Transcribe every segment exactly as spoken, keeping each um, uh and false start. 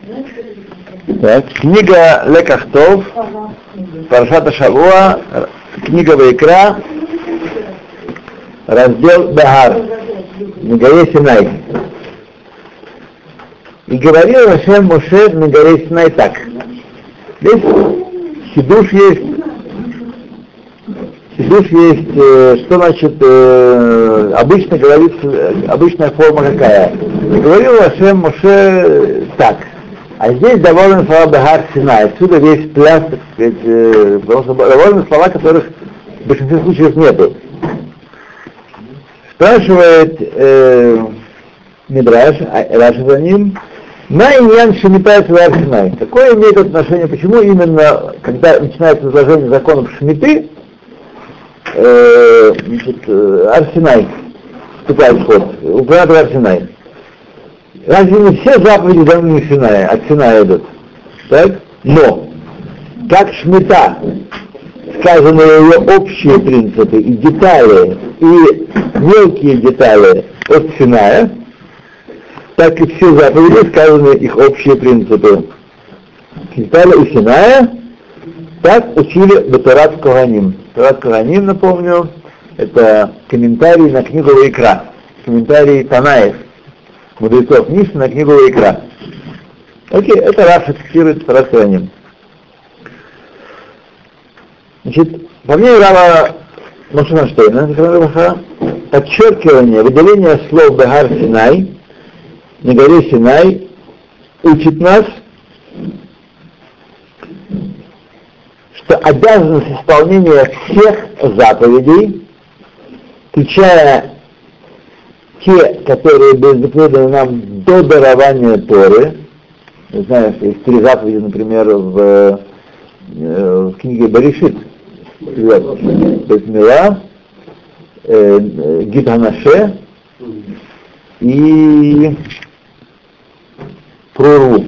Так, книга Лекахтов, Паршата Шавуа, книга Вайкра, раздел Бехар, на горе Синай. И говорил Ашем Моше на горе Синай так. Здесь хидуш есть, хидуш есть, э, что значит, э, обычно говорится, обычная форма какая. И говорил Ашем Моше так. А здесь довольно слова Бехар Синай. Отсюда весь пляс, так сказать, э, потому что довольно слова, которых в большинстве случаев нету. Спрашивает э, Мидраш, Раши за ним, на иньян шемитай Бехар Синай. Какое имеет отношение, почему именно, когда начинается изложение законов Шмиты, э, значит, э, Ар-Синай вступает в ход, упомянутый Ар-Синай. Разве не все заповеди даны Синая, от Синая идут? Так? Но, как Шмита, сказаны ее общие принципы и детали, и мелкие детали от Синая, так и все заповеди сказаны их общие принципы. Детали у Синая, так учили Беторат Коганим. Торат Коганим, напомню, это комментарий на книгу Вайкра, комментарий Танаев, мудрецов Мишны на книгу Вайкра. Окей, это Раша цитирует Торат Коганим. Значит, по мнению Рава Моше Файнштейна, подчеркивание, выделение слов Бехар Синай на горе Синай учит нас, что обязанность исполнения всех заповедей, включая те, которые были заповеданы нам до дарования Торы, мы знаем, что есть три заповеди, например, в, в книге Берешит, Бет-Мила, Гид Ханаше и Прорву.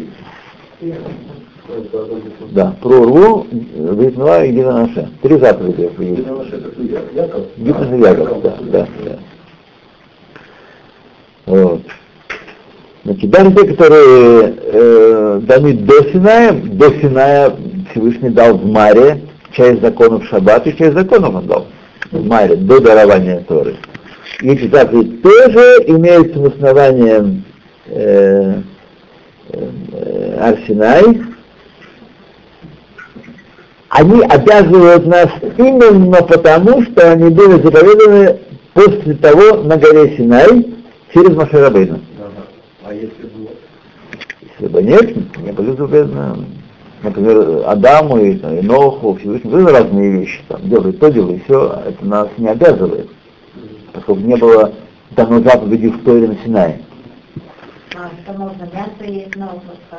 Да, Прорву, Бет-Мила и Гид Ханаше. Три заповеди. Гид Ханаше Яков, да, да, да. Вот. Значит, даже те, которые э, даны до Синая, до Синая Всевышний дал в Маре часть законов Шаббат и часть законов он дал в Маре, до дарования Торы. И эти заповеди тоже имеют основанием э, э, Ар-Синай. Они обязывают нас именно потому, что они были заповеданы после того на горе Синай через Моше Рабейну. А если было? Если бы нет, не были заповеданы. Например, Адаму и, и Ноху, Всевышний, были разные вещи, там, делай то, делай все, это нас не обязывает, поскольку не было дано заповеди в Торе на Синае. А, что можно мясо есть, но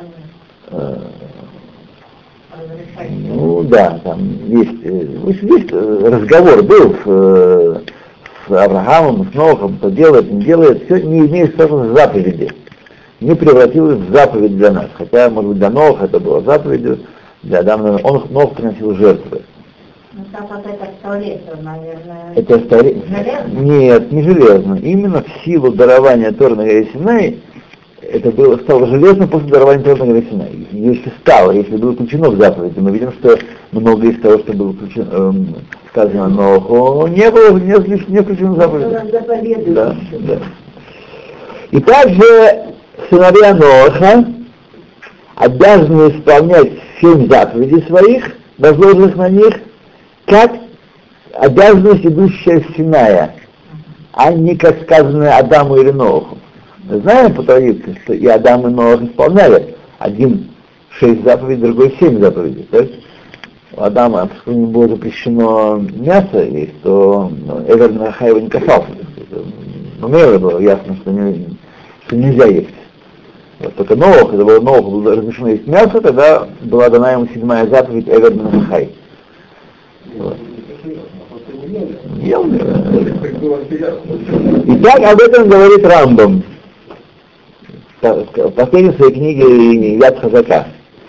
Ну да, там есть, есть разговор был с, с Авраамом, с Нохом, кто делает, не делает, все не имеет статуса заповеди. Не превратилось в заповедь для нас. Хотя, может быть, для Ноха это было заповедью, для Адама он Нох приносил жертвы. Ну так вот это сто лет, наверное. Это сто лет? Нет, не железно. Именно в силу дарования Торы на горе Синай, это было, стало железно после дарования Торы на горе Синай. Если стало, если было включено в заповеди, мы видим, что многое из того, что было включено, эм, сказано Ноху, не было, не, не включено в заповеди. Да, да. И также сыновья Ноаха обязаны исполнять семь заповедей своих, возложенных на них, как обязанность, идущая с Синая, а не как сказанное Адаму или Ноаху. Мы знаем по традиции, что и Адам и Ноах исполняли. Один шесть заповедей, другой семь заповедей. Так? У Адама, поскольку не было запрещено мясо есть, то Эвер Наха его не касался. Но мне было ясно, что, не, что нельзя есть. Вот, только Ноах, когда было Ноах, было разрешено есть мясо, тогда была дана ему седьмая заповедь Эвер Нахай. Вот. Ел, Итак, об этом говорит Рамбам в последней своей книге Яд Хазака.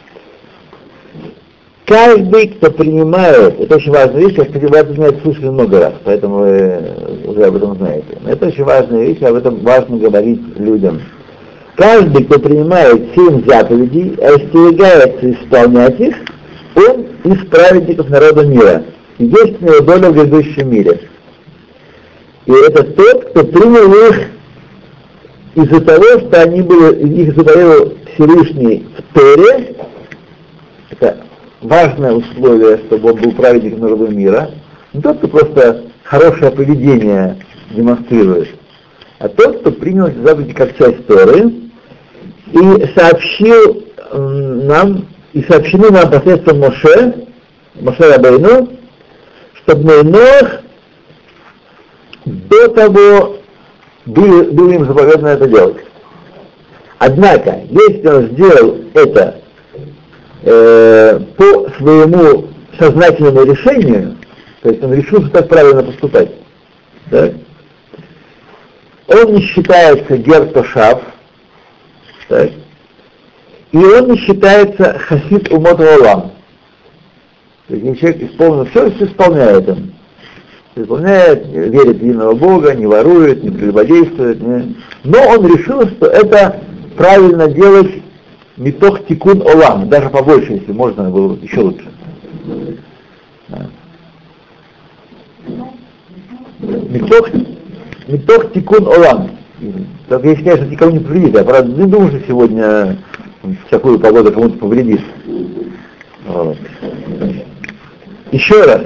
Каждый, кто принимает, это очень важная вещь, я, кстати, вы это знаете, слышали много раз, поэтому вы уже об этом знаете. Но это очень важная вещь, об этом важно говорить людям. каждый, кто принимает семь заповедей, остерегается исполнять их, он из праведников народа мира. И есть у него доля в грядущем мире. И это тот, кто принял их из-за того, что они были, их заповедовал Всевышний в Торе. Это важное условие, чтобы он был праведником народа мира. Не тот, кто просто хорошее поведение демонстрирует, а тот, кто принял эти заповеди как часть Торы и сообщил нам, и сообщены нам посредством Моше, Моше Рабейну, чтобы Ноах до того было, было им заповедано это делать. Однако, если он сделал это э, по своему сознательному решению, то есть он решил, что так правильно поступать, да, он не считается гер-тошав, так, и он не считается хасид умот олам. То есть если человек исполнил все, все исполняет он. Исполняет, верит в единого Бога, не ворует, не прелюбодействует. Не... Но он решил, что это правильно делать митох тикун олам, даже побольше, если можно было еще лучше. Да. Митох, митох тикун олам. Только если, конечно, никому не повредит, я правда не думаю, что сегодня в такую погоду кому-то повредит. Вот. Еще раз.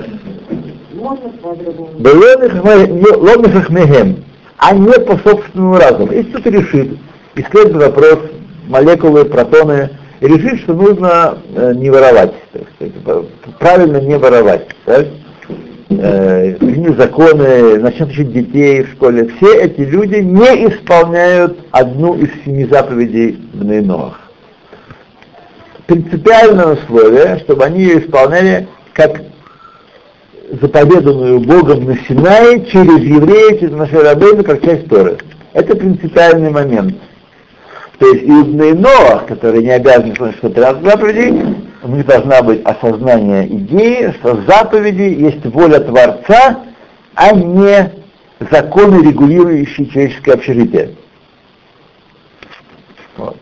А не по собственному разуму. Если кто-то решит, исследует вопрос, молекулы, протоны, и решит, что нужно э, не воровать, так сказать, правильно не воровать, так? Э, принять законы, начнут учить детей в школе, все эти люди не исполняют одну из семи заповедей Бней Ноах. Принципиальное условие, чтобы они ее исполняли как заповеданную Богом на Синае через евреев, через Моше Рабейну, как часть Торы. Это принципиальный момент. То есть и у Бней Ноах, которые не обязаны исполнять тринадцать заповедей, у них должна быть осознание идеи, что заповеди есть воля Творца, а не законы, регулирующие человеческое общежитие. Вот.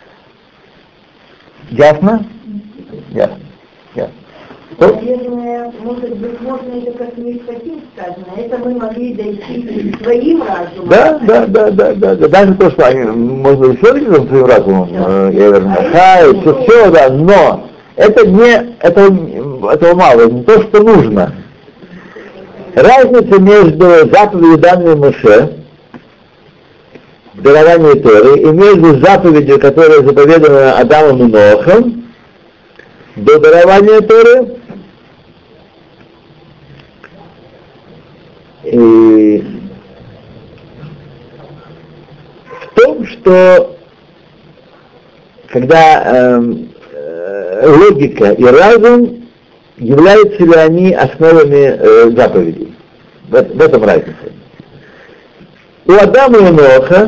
Ясно? Ясно. Ясно. Наверное, может быть, можно это как не хотим сказано, это мы могли дойти своим разумом. Да, да, да, да, да, да. Даже то, что они, можно исследовать своим разумом, да. Эвернаха, и все, все, да, но это не, это, этого мало, не то, что нужно. Разница между заповедью, данной Моше, дарованием Торы, и между заповедью, которая заповедана Адамом и Ноахом, до дарования Торы, и в том, что когда э, э, логика и разум, являются ли они основами э, заповедей. В, в этом разница. У Адама и Ноаха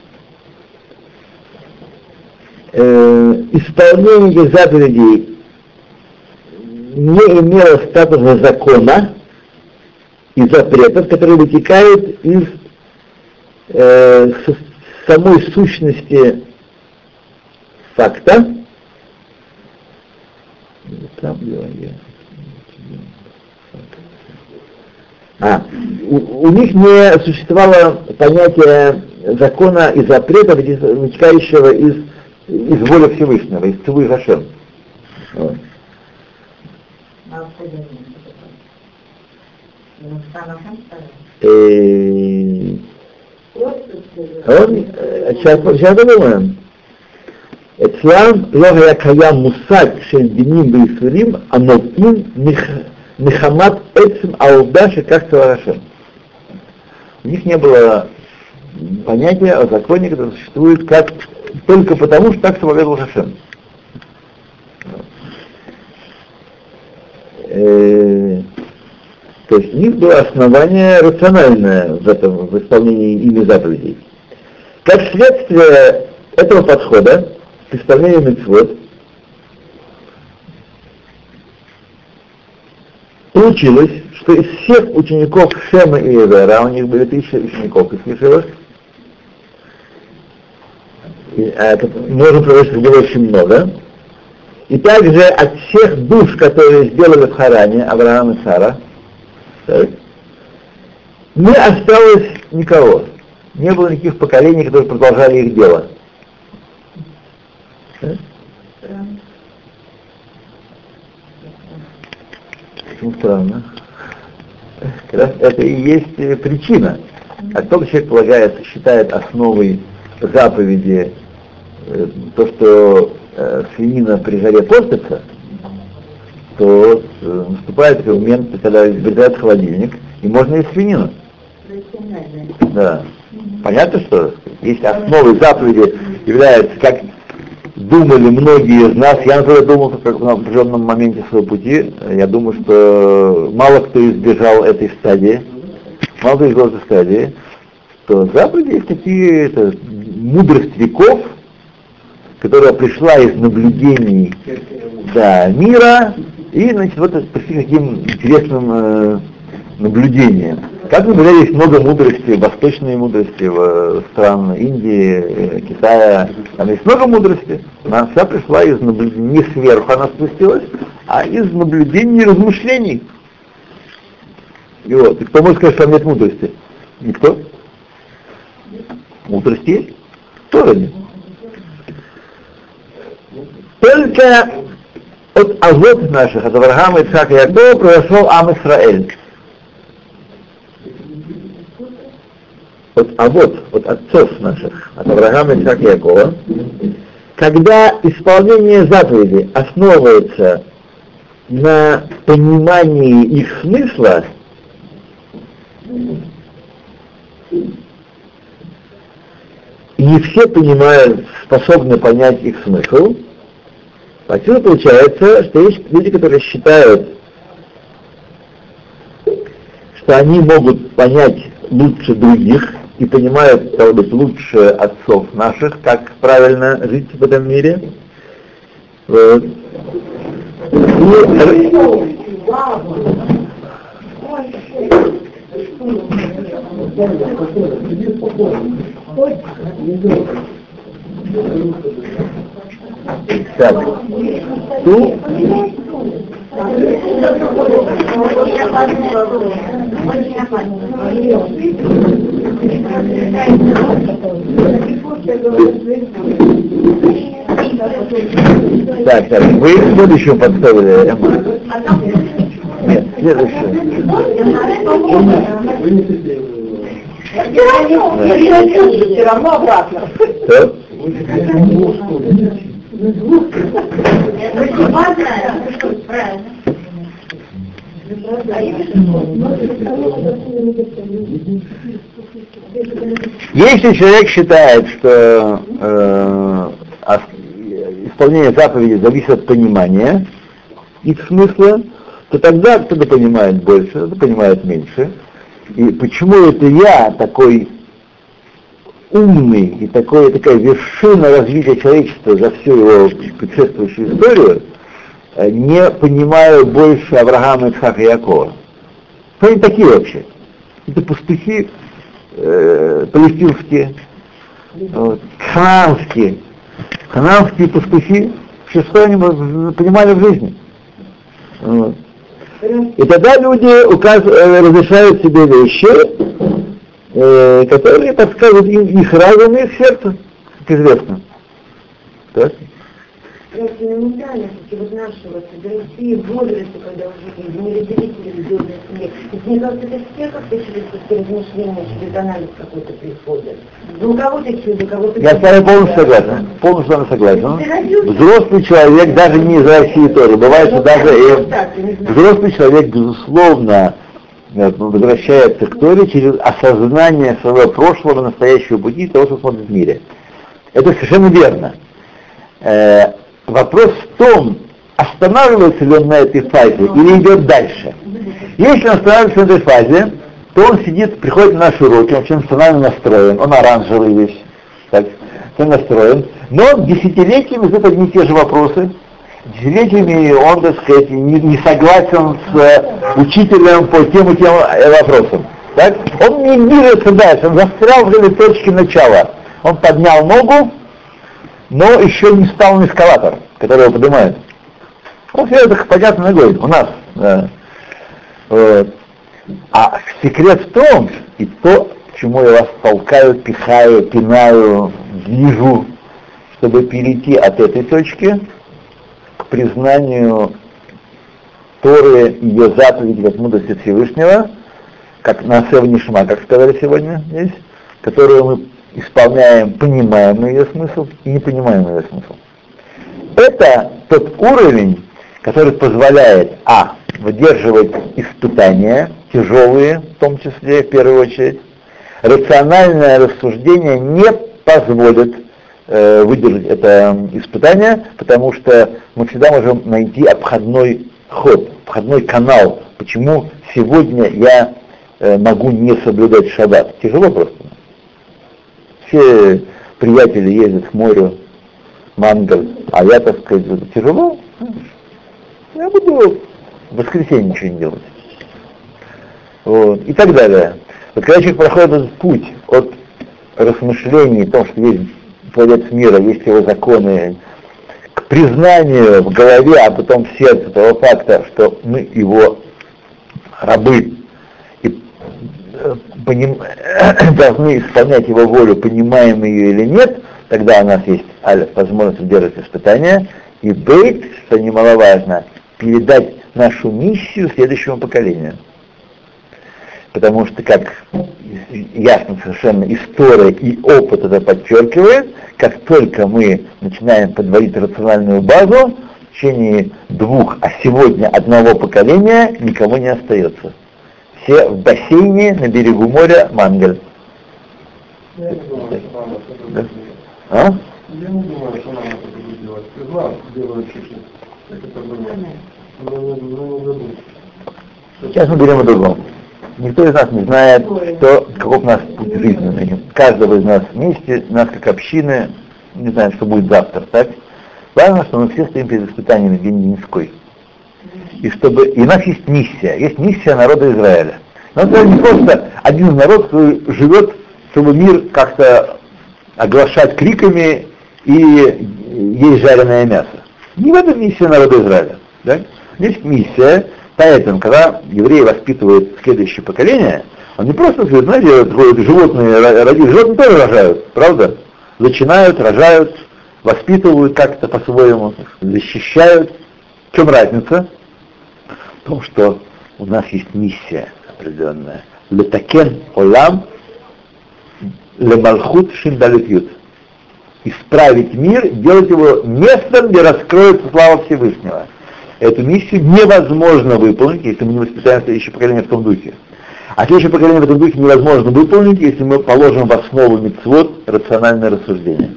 э, исполнение заповедей не имело статуса закона и запретов, которые вытекают из э, самой сущности факта. А, у, у них не существовало понятия закона и запрета, вытекающего из, из воли Всевышнего, из Цивуй Гашем. Вот. И... Он, сейчас, сейчас подумаем. Эцлам лога якая мусак шельдиним бейсурим анотим михамат эцем аудаши как цаварашем. У них не было понятия о законе, который существует как только потому, что так заповедовал Хашем. Э, то есть у них было основание рациональное в этом, в исполнении ими заповедей. Как следствие этого подхода к исполнению мицвот получилось, что из всех учеников Шема и Эвера, у них были тысячи учеников из Ешивах, можем провести в него очень много. И также от всех душ, которые сделали в Харане, Авраам и Сара, так, не осталось никого. Не было никаких поколений, которые продолжали их дело. Так? Почему странно? Как раз это и есть причина. Как только человек полагается, считает основой заповеди э, то, что э, свинина при жаре портится, то э, наступает такой момент, когда изобретают холодильник, и можно есть свинину. Да. Понятно, что есть основой заповеди является, как думали многие из нас, я, например, думал, как на определенном моменте своего пути, я думаю, что мало кто избежал этой стадии, мало кто избежал этой стадии, что заповеди есть такие, это, мудрость веков, которая пришла из наблюдений, да, мира, и, значит, вот пришли к таким интересным э, наблюдениям. Как мы говорили, есть много мудрости, восточной мудрости в стран Индии, Китая, там есть много мудрости. Она вся пришла из наблюдений, не сверху она спустилась, а из наблюдений и размышлений. И вот, и кто может сказать, что там нет мудрости? Никто? Мудрость есть? Тоже нет. Только от авот наших, от Авраама, Ицхака и Якова произошел Ам Исраэль. От авот, от отцов наших, от Авраама, Ицхака и Якова, когда исполнение заповедей основывается на понимании их смысла, и не все понимают, способны понять их смысл, отсюда получается, что есть люди, которые считают, что они могут понять лучше других и понимают, стало быть, лучше отцов наших, как правильно жить в этом мире. Вот. И... Так, tu Так, так, вы следующую подставили, Эмма? Нет, следующую. Все равно обратно. Что? Если человек считает, что э, исполнение заповедей зависит от понимания их смысла, то тогда кто-то понимает больше, кто-то понимает меньше. И почему это я такой умный и такой, такая вершина развития человечества за всю его предшествующую историю, не понимаю больше Авраама, Ицхака и Якова? Кто они такие вообще? Это пастухи э, палестинские, вот, ханаанские. Ханаанские пастухи, что они понимали в жизни. Вот. И тогда люди указ, э, разрешают себе вещи, э, которые подсказывают им их разум и их сердце, как известно. Так? Просто элементарно, вот нашего, до России в возрасте, когда уже не родились религиозные семьи, мне кажется, это все как-то через размышления, через анализ какой-то приходит. Ну, у кого-то чудо, у кого-то... Я с вами полностью согласен, полностью с вами согласен. Взрослый человек, даже не из России тоже, бывает, что даже и взрослый человек, безусловно, возвращается к Торе через осознание своего прошлого, настоящего пути, того, что смотрит в мире. Это совершенно верно. Вопрос в том, останавливается ли он на этой фазе или идет дальше. Если он останавливается на этой фазе, то он сидит, приходит на наши уроки, он очень эмоционально настроен, он оранжевый весь, так, он настроен, но десятилетиями задает одни и те же вопросы, десятилетиями он, так сказать, не, не согласен с учителем по тем и тем вопросам. Так? Он не движется дальше, он застрял в этой точке начала. Он поднял ногу, но еще не стал на эскалатор, который его поднимает. Он все это подняться ногой, у нас. Да. Вот. А секрет в том, и то, к чему я вас толкаю, пихаю, пинаю, движу, чтобы перейти от этой точки к признанию Торы, ее заповеди как мудрости Всевышнего, как Наасе вне-Шма, как сказали сегодня здесь, которую мы исполняем, понимаем ее смысл и не понимаем ее смысл. Это тот уровень, который позволяет, а, выдерживать испытания, тяжелые, в том числе, в первую очередь. Рациональное рассуждение не позволит э, выдержать это испытание, потому что мы всегда можем найти обходной ход, обходной канал, почему сегодня я э, могу не соблюдать шаббат. Тяжело просто. Все приятели ездят к морю, мангал, а я, так сказать, тяжело. Я буду в воскресенье ничего не делать. Вот. И так далее. Вот когда человек проходит этот путь от размышлений о том, что есть творец мира, есть его законы, к признанию в голове, а потом в сердце того факта, что мы его рабы и поним... должны исполнять его волю, понимаем ее или нет, тогда у нас есть алиф, возможность удержать испытания, и бейт, что немаловажно, передать нашу миссию следующему поколению. Потому что, как ясно совершенно история и опыт это подчеркивает, как только мы начинаем подводить рациональную базу, в течение двух, а сегодня одного поколения никого не остается. Все в бассейне на берегу моря Мангаль. Я не думаю, что нам это да. будет. А? Я не думаю, что нам это будет делать. Из нас делают чуть-чуть. Как это было? Но не, но не дадут. Сейчас мы берем о другом. Никто из нас не знает, что, каков у нас путь жизненный. Каждого из нас вместе, нас как общины, не знаем, что будет завтра, так? Важно, что мы все стоим перед испытаниями день-деньской. И чтобы и у нас есть миссия, есть миссия народа Израиля. Но это не просто один народ, который живет, чтобы мир как-то оглашать криками и есть жареное мясо. Не в этом миссия народа Израиля. Да? Есть миссия, поэтому, когда евреи воспитывают следующее поколение, он не просто, знаете, животные родители, животные тоже рожают, правда? Зачинают, рожают, воспитывают как-то по-своему, защищают. В чем разница? В том, что у нас есть миссия определенная. Летакен олам лемалхут шиндалют. Исправить мир, делать его местом, где раскроется слава Всевышнего. Эту миссию невозможно выполнить, если мы не воспитаем следующее поколение в том духе. А следующее поколение в этом духе невозможно выполнить, если мы положим в основу мицвот рациональное рассуждение.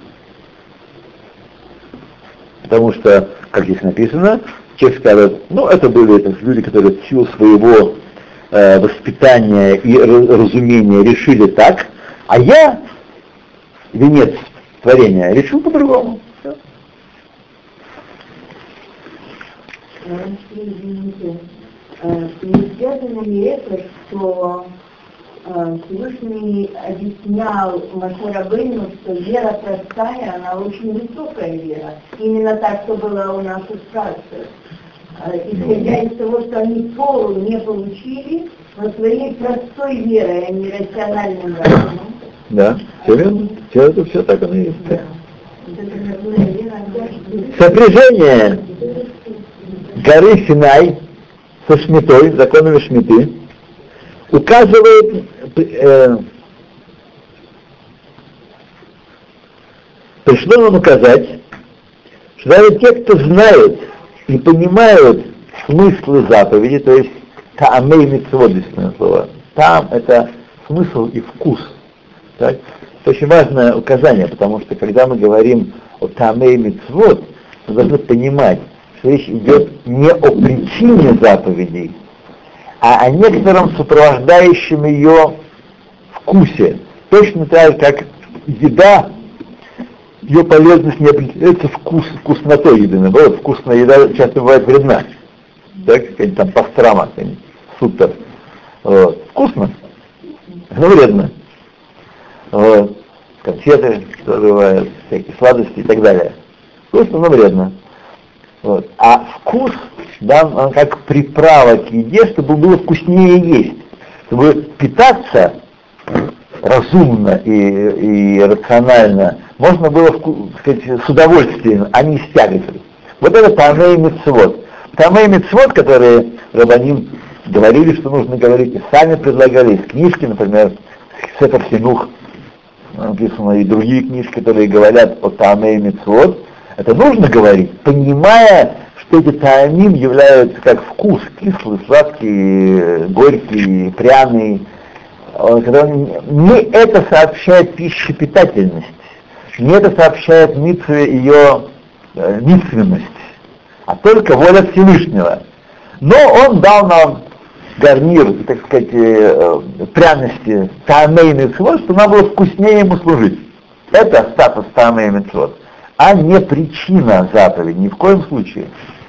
Потому что, как здесь написано, человек скажет, ну это были это, люди, которые в силу своего э, воспитания и разумения решили так, а я, венец творения, решил по-другому. Все. Извините, не связано ли это, что Всевышний объяснял Моше Рабейну, что вера простая, она очень высокая вера. Именно так, что было у нас у старцев. Исходя из того, что они Тору не получили, но своей простой верой, а не рациональным разумом. Да, все верно. Все это все так оно и есть. Да. Сопряжение горы Синай со Шмитой, законами Шмиты, указывает, э, пришло нам указать, что даже те, кто знают и понимают смыслы заповеди, то есть таамей мицвот, слово, там это смысл и вкус. Так? Это очень важное указание, потому что когда мы говорим о таамей мицвот, мы должны понимать, что речь идет не о причине заповедей, а о некотором сопровождающем ее вкусе. Точно так, как еда, ее полезность не определяется вкус, вкуснотой еды. Наоборот, вкусная еда часто бывает вредна. Так, какая-нибудь там пастрама, какая-нибудь супер. Вот. Вкусно, но вредно. Вот. конфеты, что бывает, всякие сладости и так далее. Вкусно, но вредно. Вот. А вкус дан он как приправа к еде, чтобы было вкуснее есть, чтобы питаться разумно и, и рационально можно было, так сказать, с удовольствием, а не с тяготой. Вот это Таамей Мицвот. Таамей Мицвот, которые рабаним говорили, что нужно говорить, и сами предлагали из книжки, например, Сефер Хинух, написано и другие книжки, которые говорят о Таамей Мицвот. Это нужно говорить, понимая, что эти таамим являются как вкус, кислый, сладкий, горький, пряный. Когда не это сообщает пищепитательность, не это сообщает мицве ее э, мицвенность, а только воля Всевышнего. Но он дал нам гарнир, так сказать, э, пряности таамей мицвот, что нам было вкуснее ему служить. Это статус таамей мицвот, а не причина заповеди, ни в коем случае.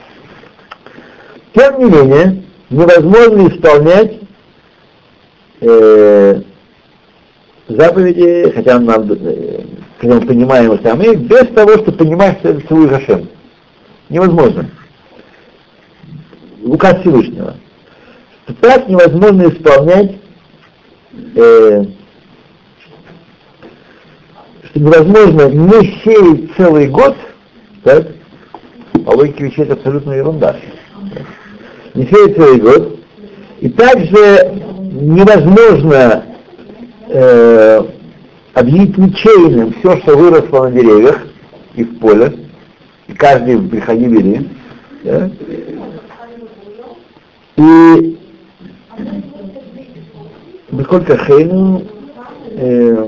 Тем не менее, невозможно исполнять э, заповеди, хотя нам, э, когда мы понимаем их таамей, без того, чтобы понимать, что это целый Гашем. Невозможно. Указ Всевышнего. Так невозможно исполнять, э, что невозможно не сеять целый год, так, по логике вещей это абсолютно ерунда. Не сеять целый год, и также невозможно э, объявить ничейным все, что выросло на деревьях и в поле, и каждый приходи бери. Да? И насколько хейну, э,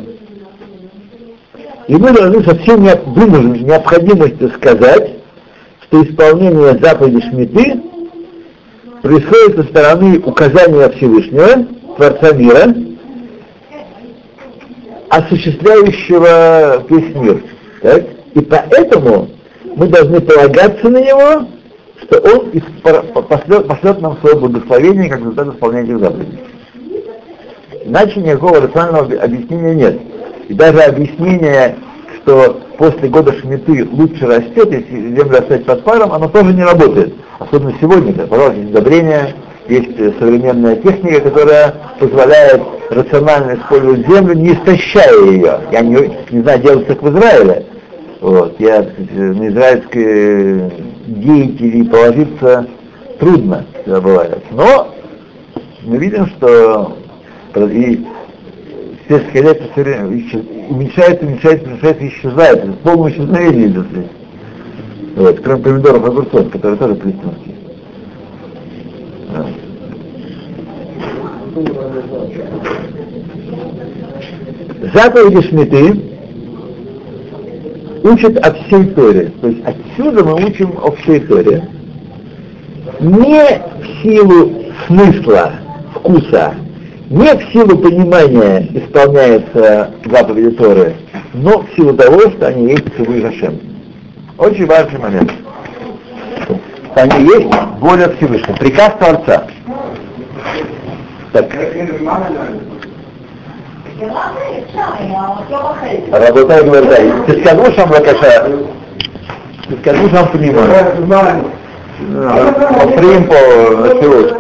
и мы должны со всей необходимостью сказать, что исполнение заповеди Шмиты происходит со стороны указания Всевышнего, Творца мира, осуществляющего весь мир. Так? И поэтому мы должны полагаться на него, что он пошлет, пошлет нам свое благословение как результат исполнения этих заповедей. Иначе никакого рационального объяснения нет. И даже объяснение, что после года Шмиты лучше растет, если землю оставить под паром, оно тоже не работает. Особенно сегодня, пожалуйста, есть удобрения, есть современная техника, которая позволяет рационально использовать землю, не истощая ее. Я не, не знаю, делать как в Израиле. Вот. Я, так сказать, на израильские деятелей положиться трудно, когда бывает. Но мы видим, что и сельское хозяйство все время уменьшается, уменьшается, уменьшается, исчезает. Это полное исчезновение идет здесь. Вот, кроме помидоров и огурцов, которые тоже палестинские. Да. Заповеди Шмиты учат о всей Торе. То есть отсюда мы учим о всей Торе. Не в силу смысла, вкуса, не в силу понимания исполняются заповеди Торы, но в силу того, что они есть Цивуй Гашем. Очень важный момент. Они есть воля Всевышнего, приказ Творца. Так. Работай, говорит, ты скажу, что Амлакаша, ты скажу, что он понимает. Моприм по Ширут.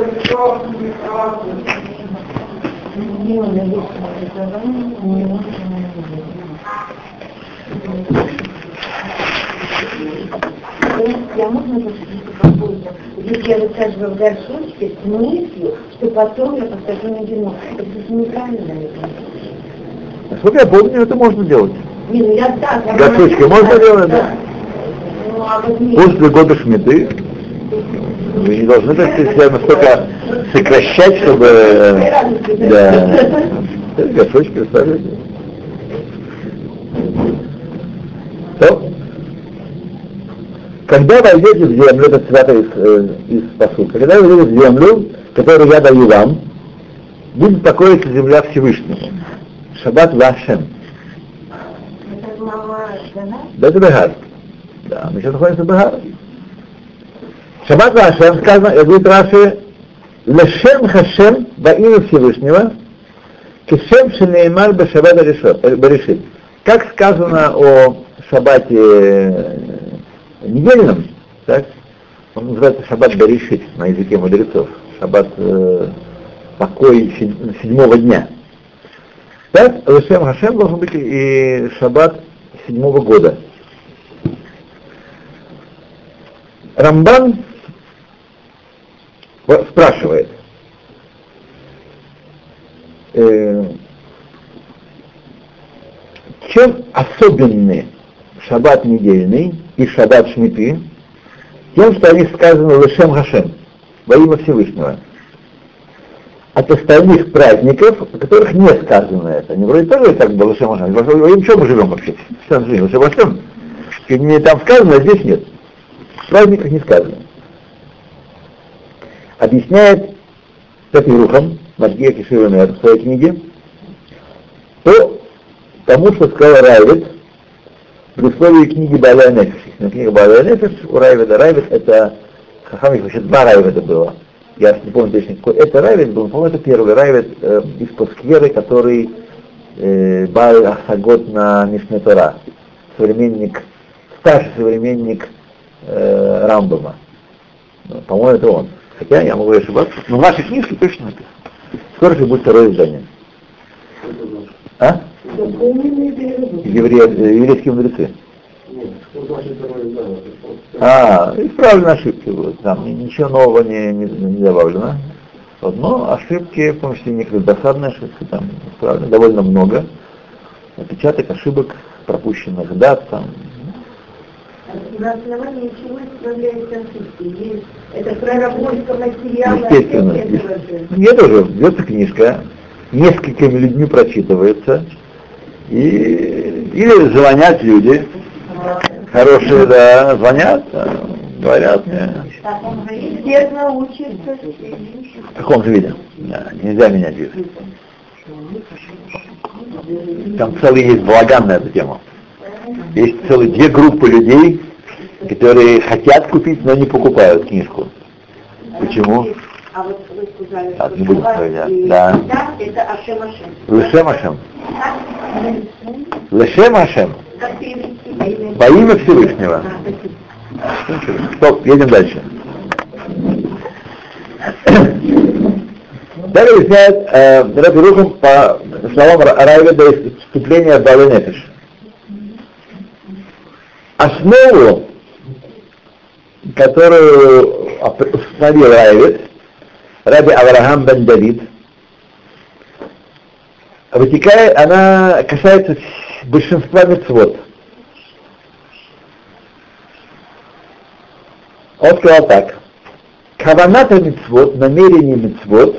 Я можно попозже? Если я высаживаю в горшочке с мыслью, что потом я посажу на вино. Это же неправильно. Насколько я помню, это можно делать. Не, ну я так. Горшочки можно делать, да? Ну, а вот нет. После года Шмиты вы не должны, так сказать, себя настолько сокращать, чтобы... Да. Горшочки оставить. То. Когда войдете в землю, это цитата из, э, из посылка, когда вы войдете в землю, которую я даю вам, будет покоиться земля Всевышнего. Шаббат Вашем. Это мама жена? Да, это Бегар. Да, мы сейчас находимся в Бегар. Шаббат Вашем, сказано, говорит Раши, Лешем Хашем во имя Всевышнего, Кешем Шенеймар Бешаббат Баришит. как сказано о шаббате недельном, так, он называется шаббат Берешит на языке мудрецов, шаббат э, покой седьмого дня. Так, Лешем Хашем должен быть и шаббат седьмого года. Рамбан спрашивает, э, чем особенны шаббат недельный и шаббат шмиты? Тем, что они сказаны Лешем Хашем, во имя Всевышнего. От остальных праздников, о которых не сказано это. Они вроде тоже так было Лешем Хашем. Во имя чего мы живем вообще? Все мы живем Лешем Хашем. Мне там сказано, а здесь нет. В праздниках не сказано. Объясняет Тапирухам, Мардия Кишиванер в своей книге, то тому, что сказал Райвед при условии книги Бааля Нефеш. Книга Бааля Нефеш у Райведа. Райвед это, Хахам их вообще два Райведа было. Я не помню точно какой. Это Райвед был, по-моему, это первый Райвед э, из Паскьеры, который э, Бааль Ахагот на Мишне Тора. Современник, старший современник э, Рамбама. По-моему, это он. Хотя я могу ошибаться. Но в нашей книжке точно написано. Скоро же будет второе издание. А? Евре... Еврейские мудрецы. А, исправлены ошибки будут. Там ничего нового не, не, не добавлено. Но ошибки, в том числе некоторые досадные ошибки, там исправлены довольно много. Отпечаток ошибок, пропущенных дат, там. На основании чего исправляются ошибки? Это проработка материала? Естественно. Нет уже, берется книжка, несколькими людьми прочитывается, и или звонят люди, хорошие, да, звонят, говорят мне. Естественно, учится. В каком же виде? Да, нельзя менять вид. Там целый есть балаган на эту тему. Есть целые две группы людей, которые хотят купить, но не покупают книжку. Почему? А вот вы сказали, так, что не будем говорить, да. да, это Ашем Ашем. Лешем Ашем. Лешем Ашем. Во имя Всевышнего. Стоп, едем дальше. Далее объясняет э, Раби Рухам по словам Райведа из вступления в Бааля Нефеш. Основу, которую установил Райвед, Раби Авраам бен Давид, вытекает, она касается большинства мицвот. Он сказал так: каваната мицвот, намерение мицвот,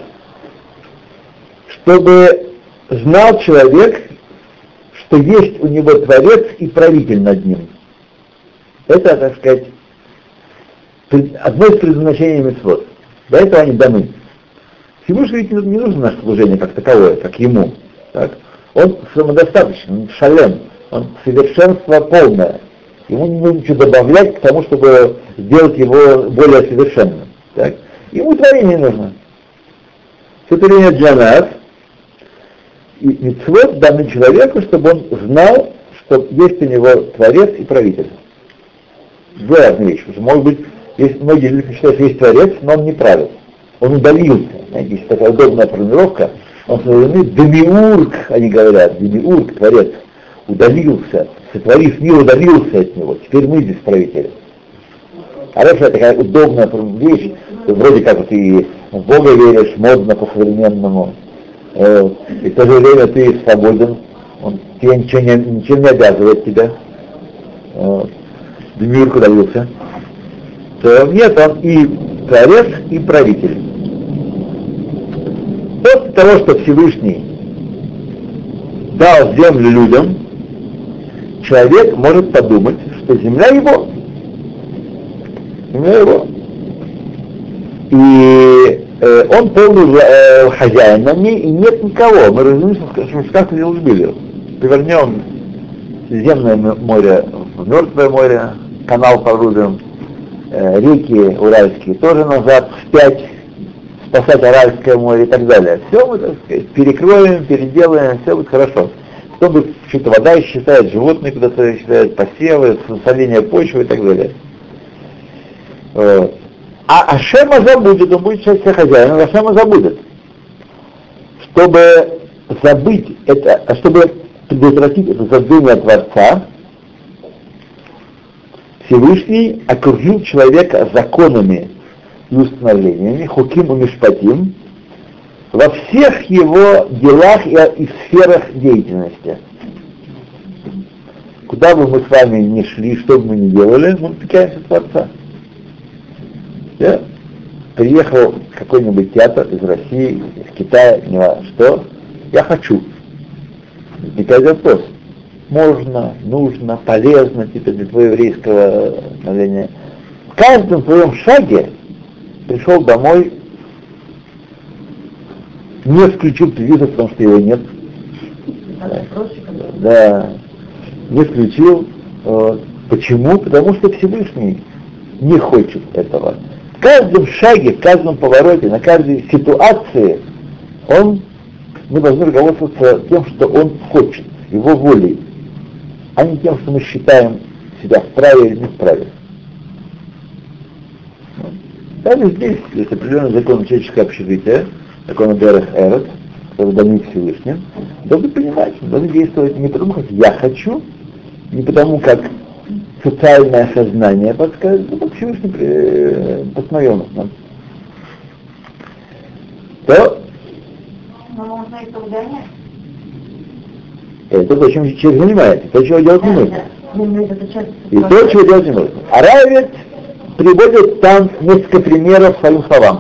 чтобы знал человек, что есть у него Творец и правитель над ним. Это, так сказать, одно из предназначений мицвот. Для этого они даны. Всевышнему ведь не нужно наше служение как таковое, как ему. Так? Он самодостаточен, он шалем, он совершенство полное. Ему не нужно ничего добавлять к тому, чтобы сделать его более совершенным. Так? Ему творение нужно. Все творение для нас. И мицвот даны человеку, чтобы он знал, что есть у него Творец и правитель. Две разные вещи. Может быть, есть, многие люди считают, что есть Творец, но он не правит. Он удалился. Знаете, есть такая удобная формулировка. Он созданный демиург, они говорят, демиург, Творец, удалился, сотворив мир, удалился от него. Теперь мы здесь правители. А раньше такая удобная вещь, вроде как вот и в Бога веришь, модно по-современному. И в то же время ты свободен, он тебе ничего не, ничем не обязывает тебя. Демиург удалился. То нет, он и Творец, и правитель. После того, что Всевышний дал землю людям, человек может подумать, что земля его. Земля его. И э, он полный э, хозяин на ней, и нет никого. Мы разумеем, что сказки не были. Повернем Средиземное море в Мертвое море, канал порубим, э, реки уральские тоже назад, вспять, спасать Аральское море и так далее. Все мы, так сказать, перекроем, переделаем, все будет хорошо. Потом что-то вода исчезает, животные куда-то исчезают, посевы, соление почвы и так далее. Вот. А Ашема забудет, он будет счастье хозяина, Ашема забудет. Чтобы забыть это, чтобы предотвратить это забвение Творца, Всевышний окружил человека законами и установлениями, хуким и мишпатим, во всех его делах и, и сферах деятельности. Куда бы мы с вами ни шли, что бы мы ни делали, мы втыкаемся в Творца. Да? Приехал какой-нибудь театр из России, из Китая, не важно что, я хочу. Возникает вопрос. Можно, нужно, полезно типа, для твоего еврейского становления. В каждом твоем шаге пришел домой, не включил телевизор, потому что его нет. Да, да. Не включил. Вот. Почему? Потому что Всевышний не хочет этого. В каждом шаге, в каждом повороте, на каждой ситуации он, мы должны руководствоваться тем, что он хочет, его волей, а не тем, что мы считаем себя вправе или не вправе. Даже здесь есть определенный закон человеческого общежития, закон Дерех Эрец, который дан Всевышним, должны понимать, должны действовать не потому, как я хочу, не потому, как социальное сознание подсказывает, но как Всевышний постановил нам. То Но можно это удалять. Это то, чем человек занимается, то, чего делать не нужно. Да. И то, чего делать не нужно. А Равец приводит там несколько примеров своим словам.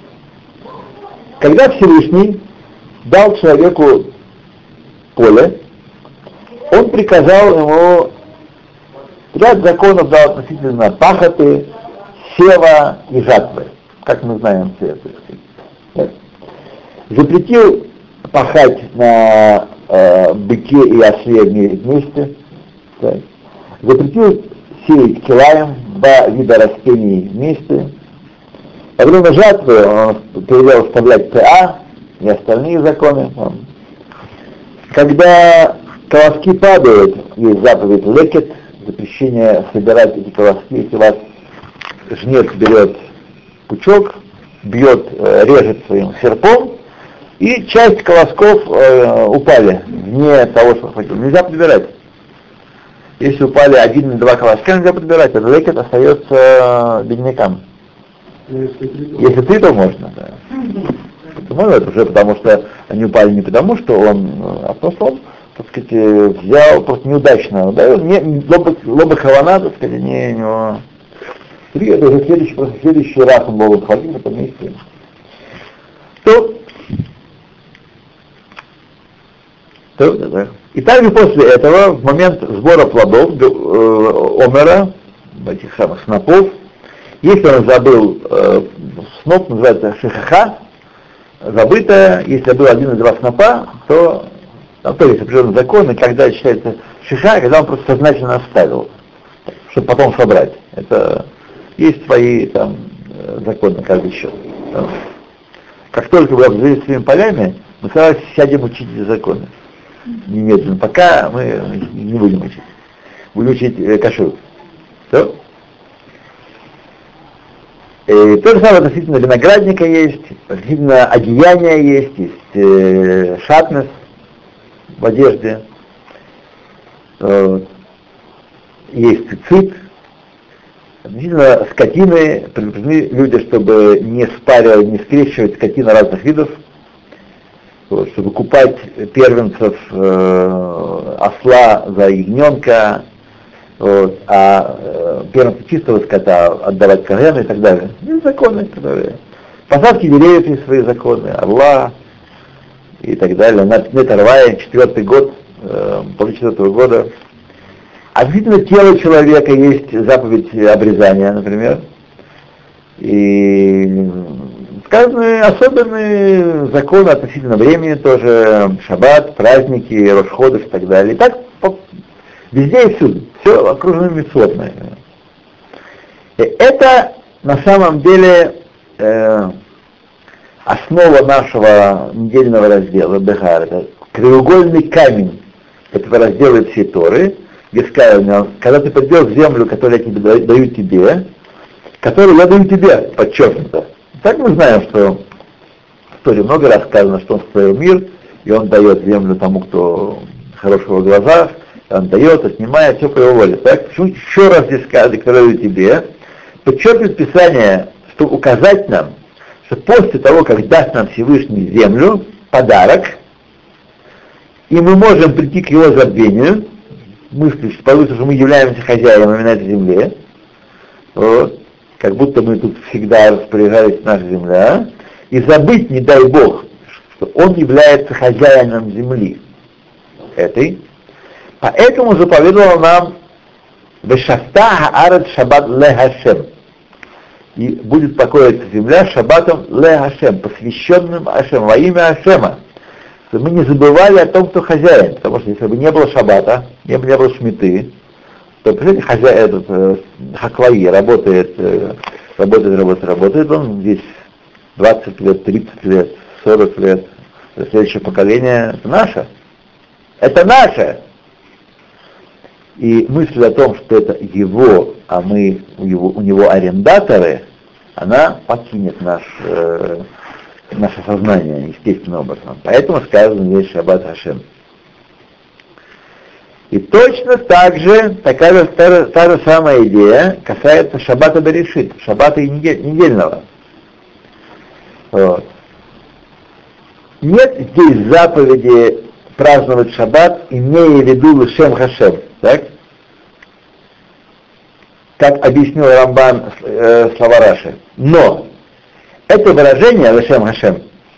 Когда Всевышний дал человеку поле, он приказал ему ряд законов дал относительно пахоты, сева и жатвы, как мы знаем все это. Запретил пахать на э, быке и осле вместе, так. Запретил сеять килаем, два вида растений вместе. Во время жатвы он перевел вставлять ПА и остальные законы. Когда колоски падают, есть заповедь лекет, запрещение собирать эти колоски. Если у вас жнец берет пучок, бьет, э, режет своим серпом, и часть колосков э, упали вне того, что хватило. Нельзя подбирать. Если упали один или два колоска, нельзя подбирать. Этот лекет остается беднякам. Если ты, то можно, да. Ну, это уже потому, что они упали не потому, что он, а потому что он, так сказать, взял просто неудачно. Да, не, лоба, лоба хавана, так сказать, не, не, не. Это уже следующий, просто следующий раз он был хватить на этом месте. То, то, да, да. И также после этого, в момент сбора плодов, э, омера, этих самых снопов, если он забыл э, сноп, называется шихаха, забытое, если был один или два снопа, то там тоже есть определенные законы, когда считается шиха, когда он просто сознательно оставил, чтобы потом собрать. Это есть свои там законы, каждый счет. Как только вы обзавелись своими полями, мы сразу сядем учить эти законы. Немедленно. Пока мы не будем учить. Будем учить э, кашрут. То? И то же самое относительно виноградника есть, относительно одеяния есть, есть э, шатнес в одежде, э, есть цицит. Относительно скотины предупреждены люди, чтобы не спаривать, не скрещивать скотину разных видов, вот, чтобы купать первенцев э, осла за ягненка, вот, а э, первенцев чистого скота отдавать кагену и так далее. Есть законы, которые... Посадки деревьев есть свои законы, орла и так далее. Нетарвая, четвертый год, э, после четвертого года. Относительно тела человека есть заповедь обрезания, например. И сказаны особенные законы относительно времени тоже, шаббат, праздники, рош-ходыш и так далее. И так везде и всюду. Все окружено мицвотно. И это на самом деле э, основа нашего недельного раздела Бехар. Это краеугольный камень это разделы всей Торы, где сказано, когда ты придешь в землю, которую я тебе даю тебе, которую я даю тебе, подчеркнуто. Так мы знаем, что в Торе много раз сказано, что он строил мир, и он дает землю тому, кто хорошего в глазах, он дает, отнимает, все по его воле. Так? Еще раз здесь сказано, декларирую тебе, подчеркивает Писание, чтобы указать нам, что после того, как даст нам Всевышний землю, подарок, и мы можем прийти к его забвению, мысли, что получится, что мы являемся хозяевами на этой земле, вот, как будто мы тут всегда распоряжались наша земля, и забыть, не дай Бог, что он является хозяином земли этой. Поэтому заповедовал нам «Вешафта хаарет шаббат ле Хашем». И будет покоиться земля шаббатом ле Хашем, посвященным Хашем, во имя Хашема. Чтобы мы не забывали о том, кто хозяин. Потому что если бы не было шаббата, не было, не было шмиты, то, представляете, хозяин, этот, э, Хакваи работает, э, работает, работает, работает, он здесь двадцать лет, тридцать лет, сорок лет. Следующее поколение — это наше. Это наше! И мысль о том, что это его, а мы у, его, у него арендаторы, она покинет наш, э, наше сознание естественным образом. Поэтому сказано здесь Шаббат Хашем. И точно так же, такая та, та, та же самая идея касается Шаббата Берешит, Шаббата недельного. Вот. Нет здесь заповеди праздновать Шаббат, имея в виду Лешем Хашем, так? Как объяснил Рамбан э, слова Раши. Но это выражение Лешем Хашем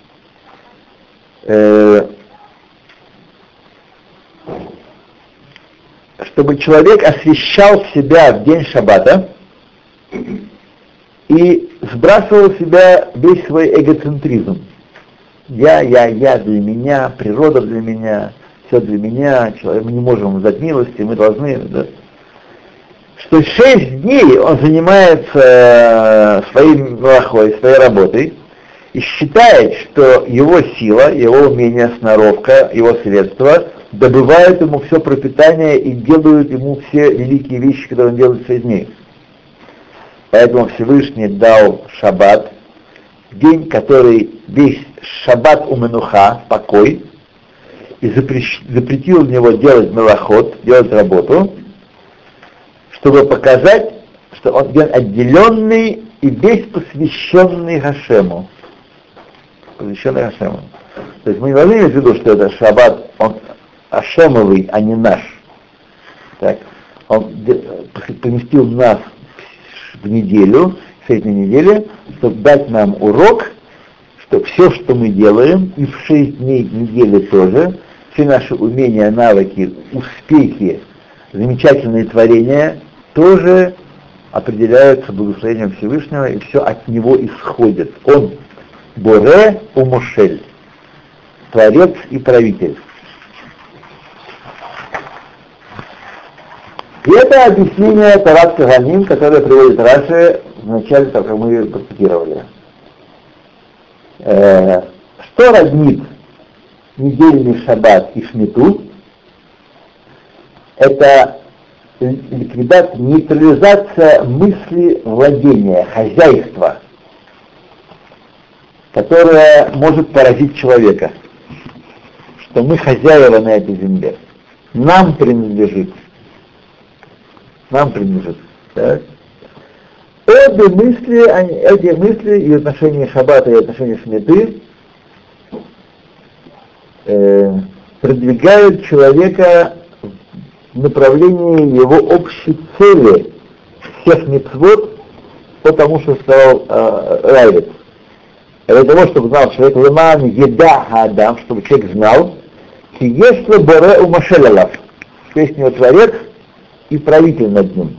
э, чтобы человек освящал себя в день Шаббата и сбрасывал с себя весь свой эгоцентризм. Я, я, я для меня, природа для меня, все для меня, человек, мы не можем дать милости, мы должны... Да? Что шесть дней он занимается своей мелахой, своей работой, и считает, что его сила, его умение, сноровка, его средства добывают ему все пропитание и делают ему все великие вещи, которые он делает в шесть дней. Поэтому Всевышний дал шаббат, день, который весь шаббат у менуха, покой, и запрещ, запретил в него делать мелахот, делать работу, чтобы показать, что он день отделенный и весь посвященный Хашему. Посвященный Хашему. То есть мы не должны иметь в виду, что это шаббат, он Хашемовый, а не наш. Так. Он поместил нас в неделю, в этой неделе, чтобы дать нам урок, что все, что мы делаем, и в шесть дней недели тоже, все наши умения, навыки, успехи, замечательные творения, тоже определяются благословением Всевышнего, и все от него исходит. Он Боре Умушель, Творец и Правитель. И это объяснение Тарат Каганим, которое приводит Раши в начале, как мы процитировали. Э, что роднит недельный шаббат и шмиту? Это ликвидация, нейтрализация мысли владения, хозяйства, которая может поразить человека, что мы хозяева на этой земле, нам принадлежит, нам принадлежит. Так? Обе мысли, они, эти мысли и отношения шаббата, и отношения шмиты э, продвигают человека в направлении его общей цели всех мицвот, потому что сказал э, Райвит. Для того, чтобы знал человек, леман еда адам, чтобы человек знал, если боре у машелалав, что есть у него творец и правитель над ним.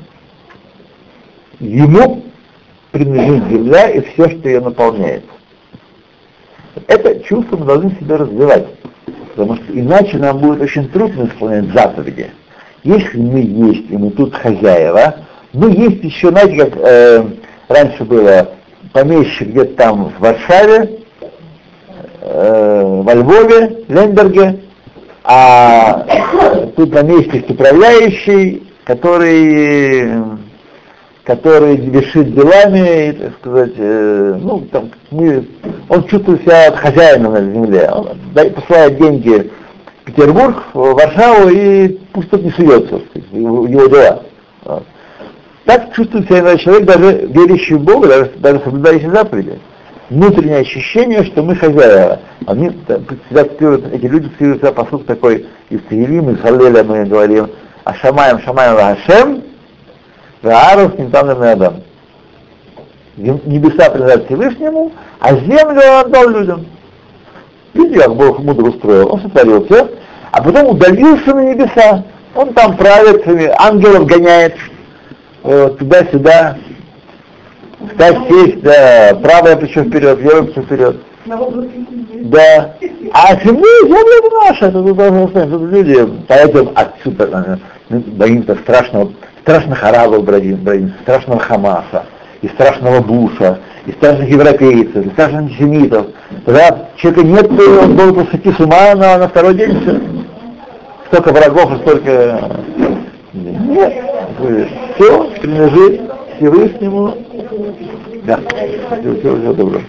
Ему принадлежит земля и все, что ее наполняет. Это чувство мы должны себе развивать, потому что иначе нам будет очень трудно исполнять заповеди. Если мы есть, и мы тут хозяева, мы есть еще, знаете, как э, раньше было, помещик где-то там в Варшаве, э, во Львове, Ленберге, А тут на месте есть управляющий, который, который решит делами, так сказать, э, ну, там, мы, он чувствует себя хозяином на земле. Он посылает деньги в Петербург, в Варшаву, и пусть тут не суется, в его дела. Вот. Так чувствует себя иногда человек, даже верящий в Бога, даже, даже соблюдающий заповеди. Внутреннее ощущение, что мы хозяева. Они всегда цитируют, эти люди цитируют себя посуд такой из Тегилим, из Халеля мы говорим, Ашамаем, Шамаем, Ваашем, Ваарус, Нинтам, Адам. Небеса принадлежат Всевышнему, а землю он отдал людям. Видите, как Бог мудро устроил? Он сотворил все, а потом удалился на небеса. Он там правит, ангелов гоняет, вот, туда-сюда. Встать, сесть, да, правое плечо вперед, левое плечо вперед. Да. А земля, земля это наша, это вы должны знать, это люди. Поэтому отсюда мы боимся страшного, страшных арабов боимся, страшного Хамаса, и страшного Буша, и страшных европейцев, и страшных антисемитов. Когда человека нет, он должен сойти с ума на, на второй день все. Столько врагов, и столько... Нет. Все принадлежит Всевышнему. Да. Все, все, все добро.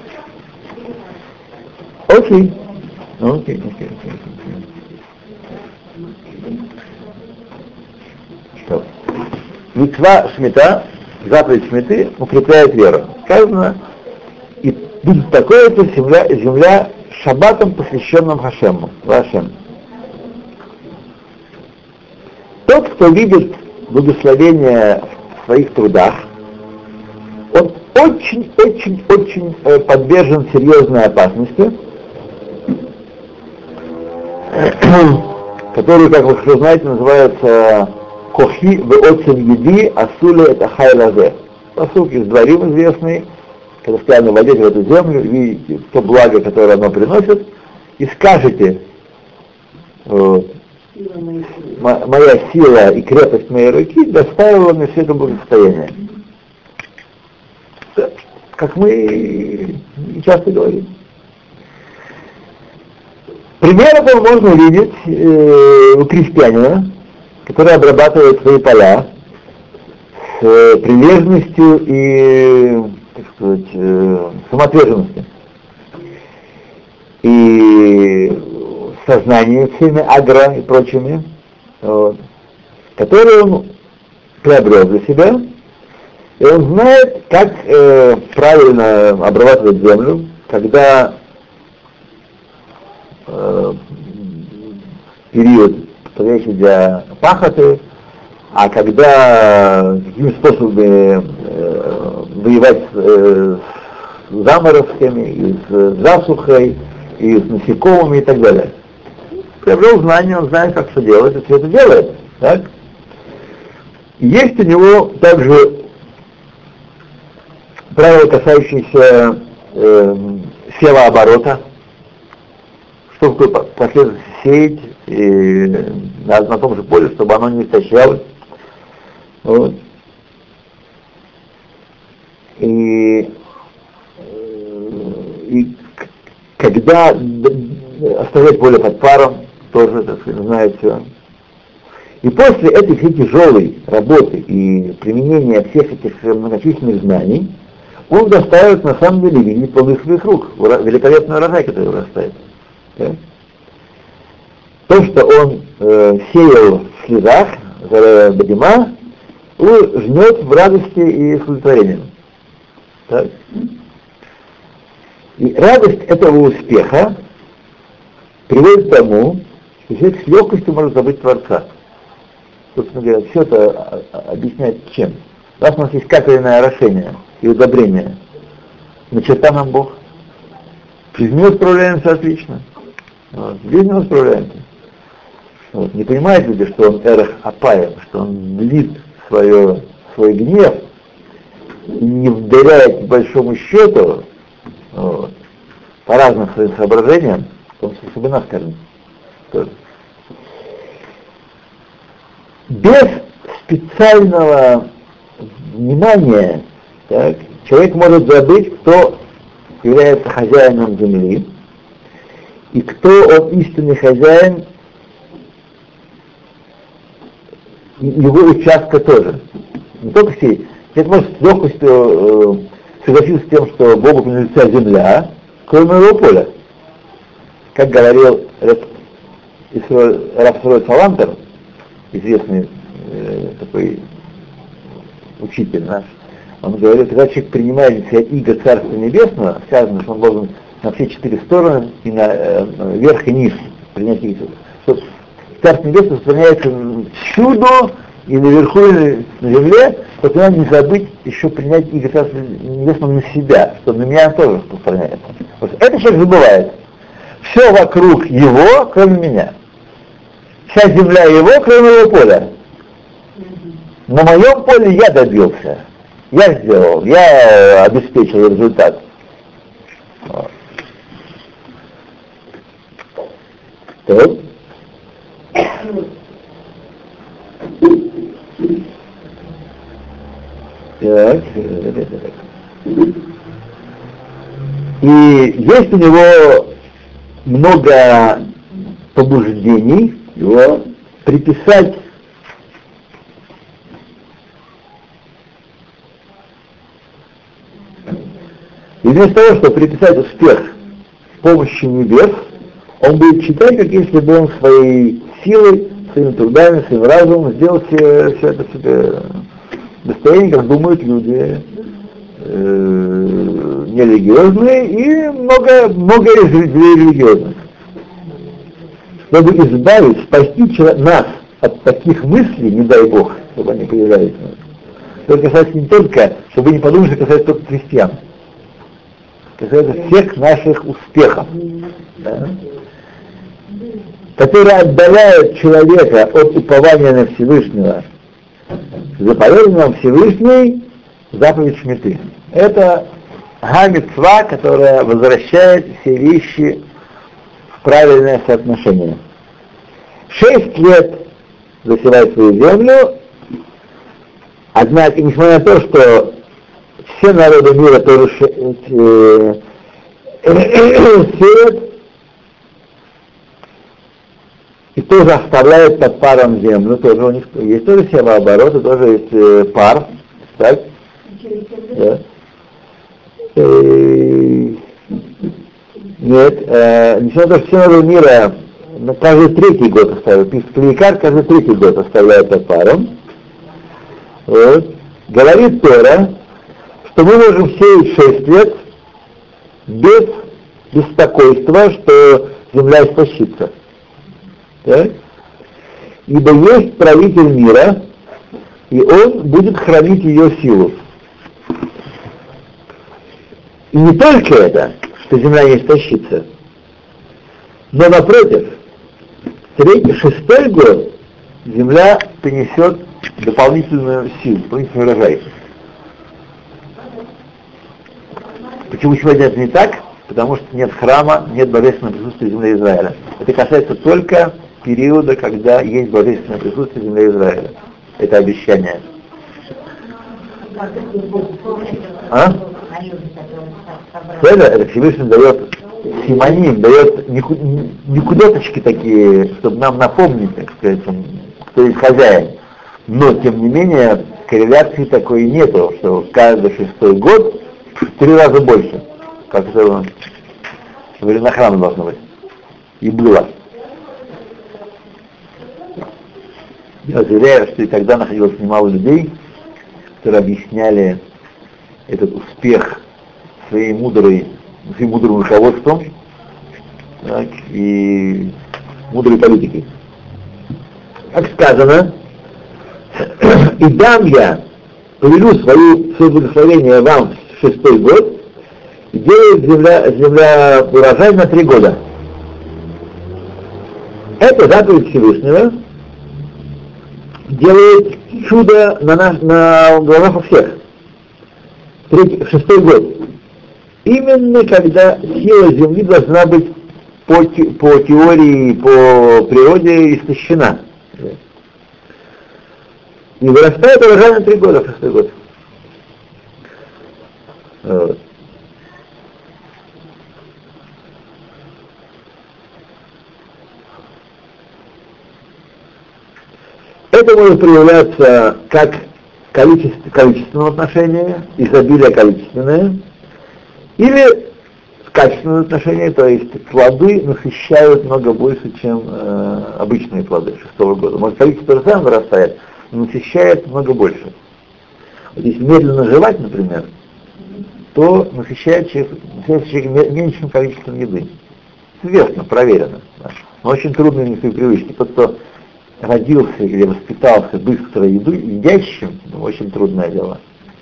Окей. Окей, окей, окей. Что? Мицва Шмита, заповедь Шмиты, укрепляет веру. Сказано, и будет такое-то земля, земля шаббатом, посвященным Хашему, Вашем. Тот, кто видит благословение в своих трудах, он очень-очень-очень э, подвержен серьезной опасности, которую, как вы хорошо знаете, называется «Кохи веоцен еди асуле это хайлазе». Посук из Дворим известный, когда сказано: «Войдете в эту землю, видите то благо, которое оно приносит, и скажете, вот, моя сила и крепость моей руки доставила мне все это благосостояние». Как мы часто говорим. Пример этого можно увидеть э, у крестьянина, который обрабатывает свои поля с э, прилежностью и, так сказать, э, самоотверженностью. И сознанием всеми агро и прочими, вот, которые он приобрел для себя. И он знает, как э, правильно обрабатывать землю, когда э, период подходящий для пахоты, а когда какими способами э, воевать э, с заморозками, и с засухой, и с насекомыми и так далее. Приобрел знания, он знает, как что делать, и все это делает. Так? Есть у него также правила, касающиеся э, севооборота, что в какой последовательности сеять и на, на том же поле, чтобы оно не истощалось. Вот. И, и когда оставлять поле под паром, тоже, так сказать, знает все. И после этой всей тяжелой работы и применения всех этих многочисленных знаний, он доставит, на самом деле, видеть плоды своих рук, великолепный урожай, который вырастает. Да? То, что он э, сеял в слезах, за бадима, он жнет в радости и с удовлетворением. Так? И радость этого успеха приводит к тому, что человек с легкостью может забыть Творца. Собственно говоря, все это объясняет чем. Раз у нас есть капельное орошение и удобрение, начерта нам Бог. В жизни мы справляемся отлично. Вот. В жизни мы справляемся. Вот. Не понимают люди, что он эрах апаем, что он длит свое, свой гнев и не вдаряет к большому счету, вот, по разным своим соображениям, в том числе чтобы нас кормить. Тоже. Без специального внимания, так, человек может забыть, кто является хозяином земли, и кто он истинный хозяин его участка тоже. Не только сеять. Человек может с легкостью э, согласиться с тем, что Богу принадлежит вся земля, кроме его поля. Как говорил Рав Исроэль Салантер, известный э, такой учитель наш, он говорит, когда человек принимает на себя иго Царства Небесного, сказано, что он должен на все четыре стороны, и на э, верх и низ принять иго. Что Царство Небесное распространяется всюду, и наверху, и на земле, то надо не забыть еще принять иго Царства Небесного на себя, что на меня тоже распространяется. Вот это человек забывает. Все вокруг его, кроме меня. Вся земля его, кроме его поля. На моем поле я добился. Я сделал, я обеспечил результат. Вот. Так. Так. И есть у него много побуждений его приписать и вместо того, чтобы приписать успех с помощью небес, он будет считать, как если бы он своей силой, своими трудами, своим разумом сделал все, все это себе достояние, как думают люди э, нерелигиозные и много, много религиозных. Чтобы избавить, спасти нас от таких мыслей, не дай Бог, чтобы они появлялись. Это касается не только, чтобы вы не подумали, что касается только христиан. Касается всех наших успехов, да, которые отдаляют человека от упования на Всевышнего. Заповедано нам Всевышний заповедь Шмиты. Это га-мицва, которая возвращает все вещи в правильное соотношение. Шесть лет засевает свою землю, однако, несмотря на то, что все народы мира тоже сеют и тоже оставляют под паром землю, тоже у них есть тоже севооборот, и тоже есть э, пар, так? Да. И... Нет, э, несмотря на то, что все народы мира на каждый третий год оставляют, Пискликар каждый третий год оставляют под паром. Вот. Говорит Тора, что мы можем сеять шесть лет без беспокойства, что земля истощится. Так? Ибо есть правитель мира, и он будет хранить ее силу. И не только это, что земля не истощится, но напротив, третий, шестой год земля принесет дополнительную силу, дополнительный урожай. Почему сегодня это не так? Потому что нет храма, нет божественного присутствия земли Израиля. Это касается только периода, когда есть божественное присутствие земли Израиля. Это обещание. А? Это, это Всевышний дает симоним, дает никудоточки такие, чтобы нам напомнить, так сказать, кто есть хозяин. Но, тем не менее, корреляции такой нету, что каждый шестой год в три раза больше, как это время храма должно быть. И было. Я заверяю, что и тогда находилось немало людей, которые объясняли этот успех своей мудрой, своим мудрым руководством, так, и мудрой политикой. Как сказано, и дам я, повелю свою, свое благословение вам в шестой год, и делает земля, земля урожай на три года. Это заповедь Всевышнего делает чудо на, наш, на глазах у всех. Третий, шестой год. Именно когда сила Земли должна быть по, по теории, по природе истощена. И вырастает урожай на три года в шестой год. Вот. Это Это может проявляться как количество, количественного отношения, изобилие количественное, или качественное отношение, то есть плоды насыщают много больше, чем э, обычные плоды шестого года. Может, количество тоже самое вырастает, но насыщает много больше. Вот если медленно жевать, например, то насыщает человек, насыщает человек меньшим количеством еды. Известно, проверено. Да. Но очень трудно иметь свои привычки. Тот, кто родился или воспитался быстро еду, едящим, ну, очень трудное дело.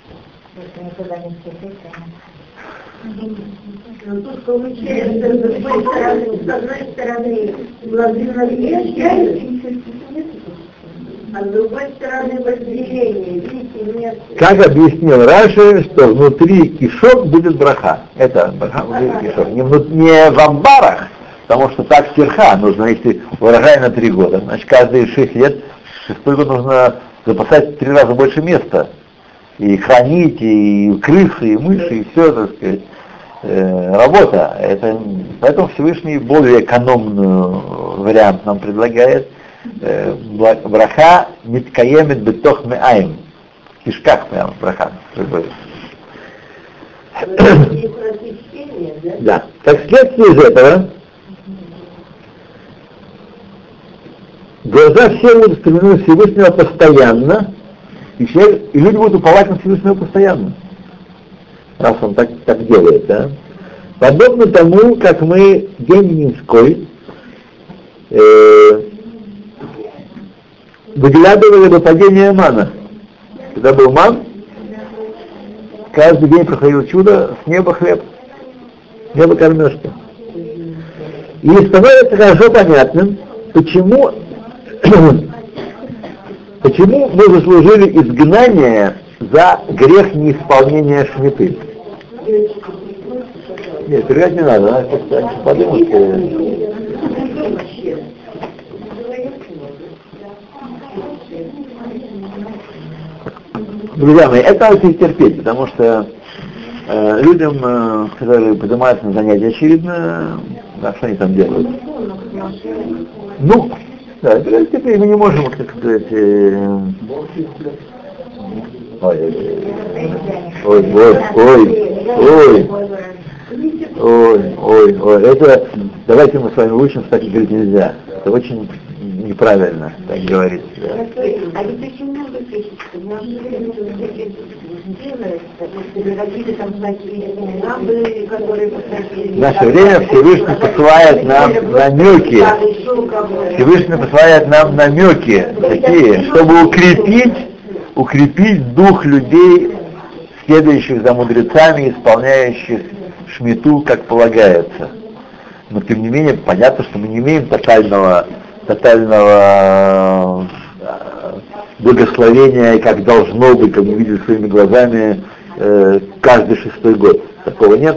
Но тут получается, с другой стороны, с одной стороны, владимирование, а с другой стороны, возделение. Видите, нет. Как объяснил Раши, что внутри кишок будет браха. Это браха внутри кишок. Не, внут, не в амбарах, потому что так кирха нужно, если урожай на три года. Значит, каждые шесть лет, шестой год нужно запасать в три раза больше места. И хранить, и крысы, и мыши, и все, так сказать, э, работа. Это, поэтому Всевышний более экономный вариант нам предлагает. Э, браха миткаемет бетох меаим. В кишках прямо браха. Да. Как следствие из этого, глаза все будут устремлены Всевышнего постоянно, и, человек, и люди будут уповать на Всевышнего постоянно, раз он так, так делает, да? Подобно тому, как мы день Минской э, выглядывали до падения мана. Когда был ман, каждый день проходило чудо, с неба хлеб, с неба кормежка. И становится хорошо понятным, почему Почему мы заслужили изгнание за грех неисполнения шмиты? Нет, передать не надо, надо просто подумать. Друзья мои, это очень терпеть, потому что э, людям, э, которые поднимаются на занятия, очевидно, да, что они там делают? Ну, да, теперь мы не можем, так сказать, э... ой, ой, ой, ой, ой, ой, ой, это, давайте мы с вами учимся, так и говорить нельзя, это очень неправильно, так говорить. Да. А ведь очень много пишется, может в наше время Всевышний посылает нам намеки, Всевышний посылает нам намеки такие, чтобы укрепить, укрепить дух людей, следующих за мудрецами, исполняющих шмиту, как полагается. Но тем не менее, понятно, что мы не имеем тотального, тотального благословения, как должно быть, как мы видели своими глазами, э, каждый шестой год. Такого нет.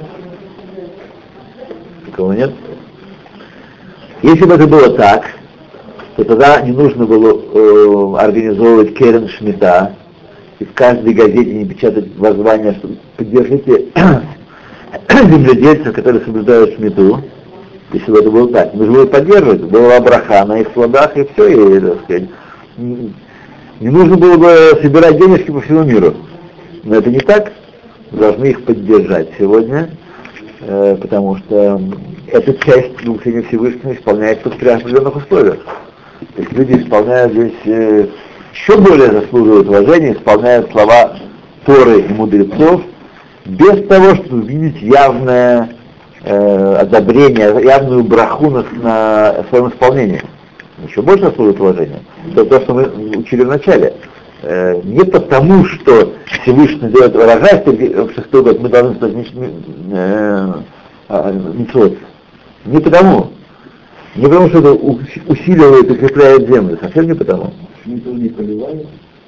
Такого нет. Если бы это было так, то тогда не нужно было э, организовывать керен шмита, и в каждой газете не печатать воззвание, что поддержите земледельцев, которые соблюдают шмиту. Если бы это было так, нужно было поддерживать, была браха на их плодах, и все, и, так сказать, не нужно было бы собирать денежки по всему миру. Но это не так, мы должны их поддержать сегодня, э, потому что эта часть научения Всевышнего исполняется при определенных условиях. То есть люди исполняют здесь, э, еще более заслуживают уважения, исполняют слова Торы и мудрецов, без того, чтобы увидеть явное э, одобрение, явную браху на, на своем исполнении. Еще больше заслуживает уважения. Это то, что мы учили в начале. Э, не потому, что Всевышний делает урожай в шестой год, мы должны стать мицвот. Не потому. Не потому, что это усиливает и укрепляет землю. Совсем не потому. Шмиту не поливает?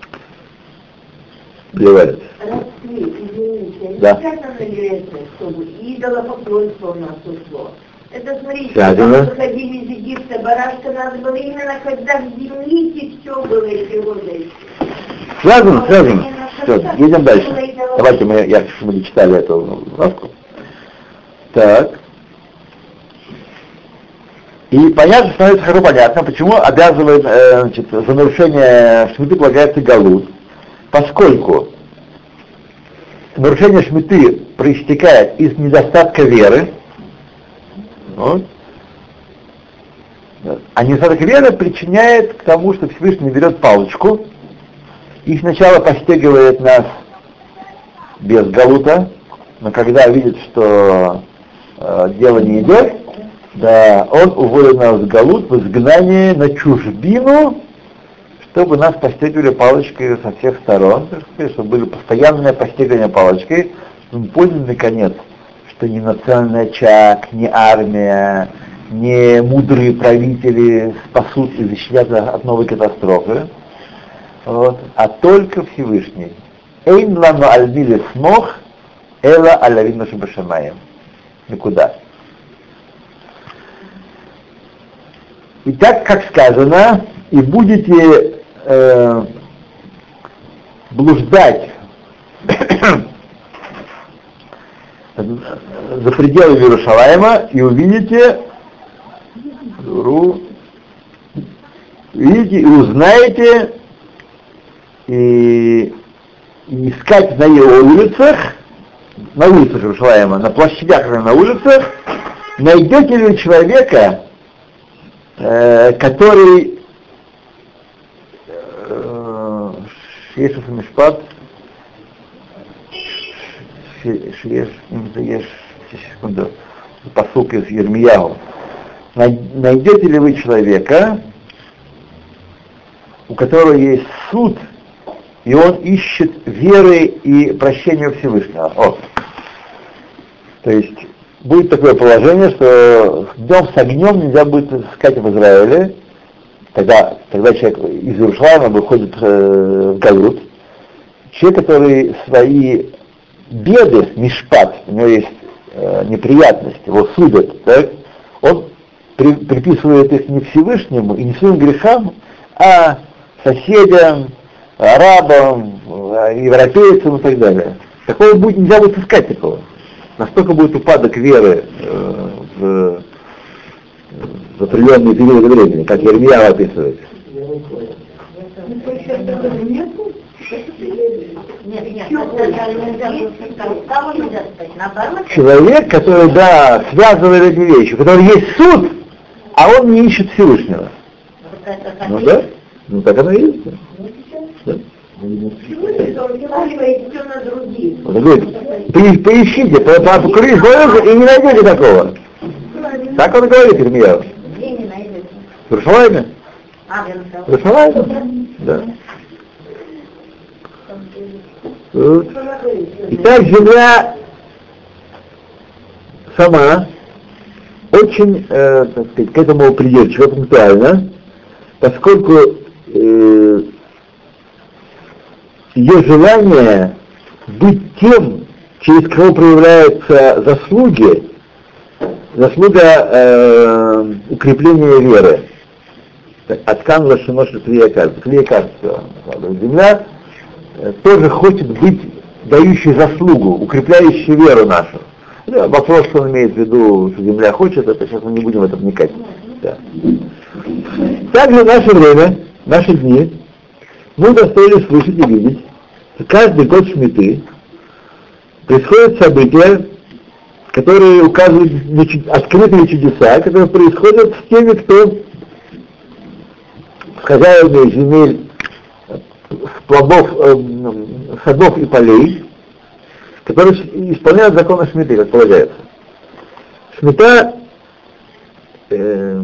Поливает. Да. Чтобы идолопоклонство у нас ушло. Это, смотрите, когда мы выходили из Египта, барашка надо было именно, когда в землице все было эти годы. Связано, связано. Все, едем дальше. Давайте мы, я, мы дочитали эту фразку. Так. И понятно, становится хорошо понятно, почему обязывает, э, значит, за нарушение шмиты полагается галут, поскольку нарушение шмиты проистекает из недостатка веры, вот, а недостаток веры причиняет к тому, что Всевышний берет палочку и сначала постигивает нас без галута, но когда видит, что э, дело не идет, да, он уводит нас в галут, в изгнание на чужбину, чтобы нас постигли палочкой со всех сторон, чтобы были постоянное постигание палочкой, чтобы мы поняли наконец, что ни национальный очаг, ни армия, ни мудрые правители спасут и защитят от новой катастрофы, вот, а только Всевышний. Эйн лану аль-мили смох, эла аль-авину шабашамаем. Никуда. И так, как сказано, и будете э, блуждать за пределы Иерушалайма и увидите, увидите и узнаете, и, и искать на его улицах, на улицах Иерушалайма, на площадях, на улицах, найдете ли человека, э, который Шиеш Мишпат, Шиеш, секунду, посылка из Йермияу. Найдете ли вы человека, у которого есть суд, и он ищет веры и прощения Всевышнего? О. То есть будет такое положение, что днем с огнем нельзя будет искать в Израиле, тогда, тогда человек из Иерушалайма выходит э, в галут. Человек, который свои беды, мишпат, у него есть э, неприятности, его судят, так, он при, приписывает их не Всевышнему и не своим грехам, а соседям, арабам, европейцам и так далее. Такого будет, нельзя будет искать такого. Настолько будет упадок веры э, в, в определенные периоды времени, как Йермияу описывает. Человек, который, да, связывает эти вещи, у которого есть суд, а он не ищет Всевышнего. Ну да, ну так оно и есть. Да. Он говорит, поищите, покурите и не найдете такого. Так он говорит, Ирмияу. В Иерушалайме? В Иерушалайме? Да. Итак, земля сама очень, э, так сказать, к этому придирчива, пунктуально, поскольку э, ее желание быть тем, через кого проявляются заслуги, заслуга э, укрепления веры. Аткан лашинош лекарство. Земля э, тоже хочет быть дающей заслугу, укрепляющей веру нашу. Да, вопрос, что он имеет в виду, что земля хочет, это сейчас мы не будем в это вникать. Да. Также в наше время, в наши дни, мы удостоились слышать и видеть, что каждый год Шмиты происходят события, которые указывают на чуд... открытые чудеса, которые происходят с теми, кто с хозяевами земель, с плодов, э, садов и полей, которые исполняют законы Шмиты, как полагается. Шмита э,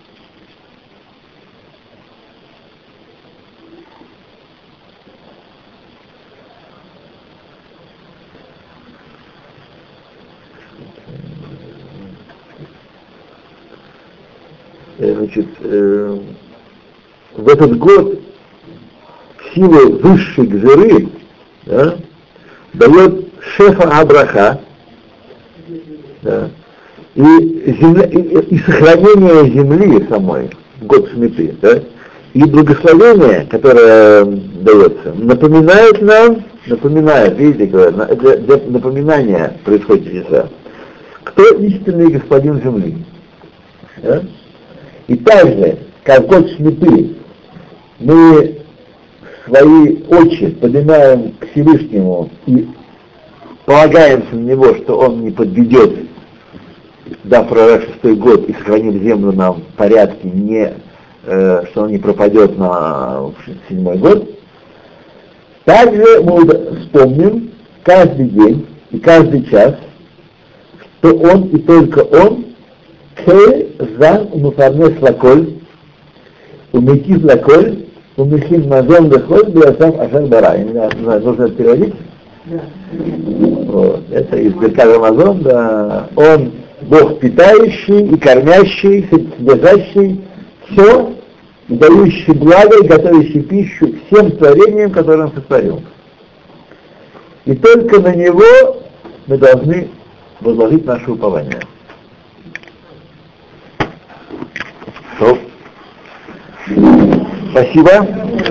значит, э, в этот год силу высшей гзыры, да, дает шефа Абраха, да, и, земля, и, и сохранение земли самой в год Шмиты, да, и благословение, которое дается, напоминает нам, напоминает, видите, говорят, для, для напоминания происходит чудеса, кто истинный господин земли. Да? И также, как год Шмиты, мы свои очи поднимаем к Всевышнему и полагаемся на него, что он не подведет, дав пророк шестой год и сохранит землю нам в порядке, не, э, что он не пропадет на седьмой год. Также мы вспомним каждый день и каждый час, что он и только он Кэ зан умуфарнес лаколь, умекив лаколь, умехин мазон лехоль, биасам ашар бара. Я не знаю, нужно это переводить? Да. Вот. Это из Беркат Амазон, да. Он Бог питающий и кормящий, содержащий все, и дающий благо и готовящий пищу всем творениям, которые он сотворил. И только на него мы должны возложить наше упование. Стоп. Спасибо.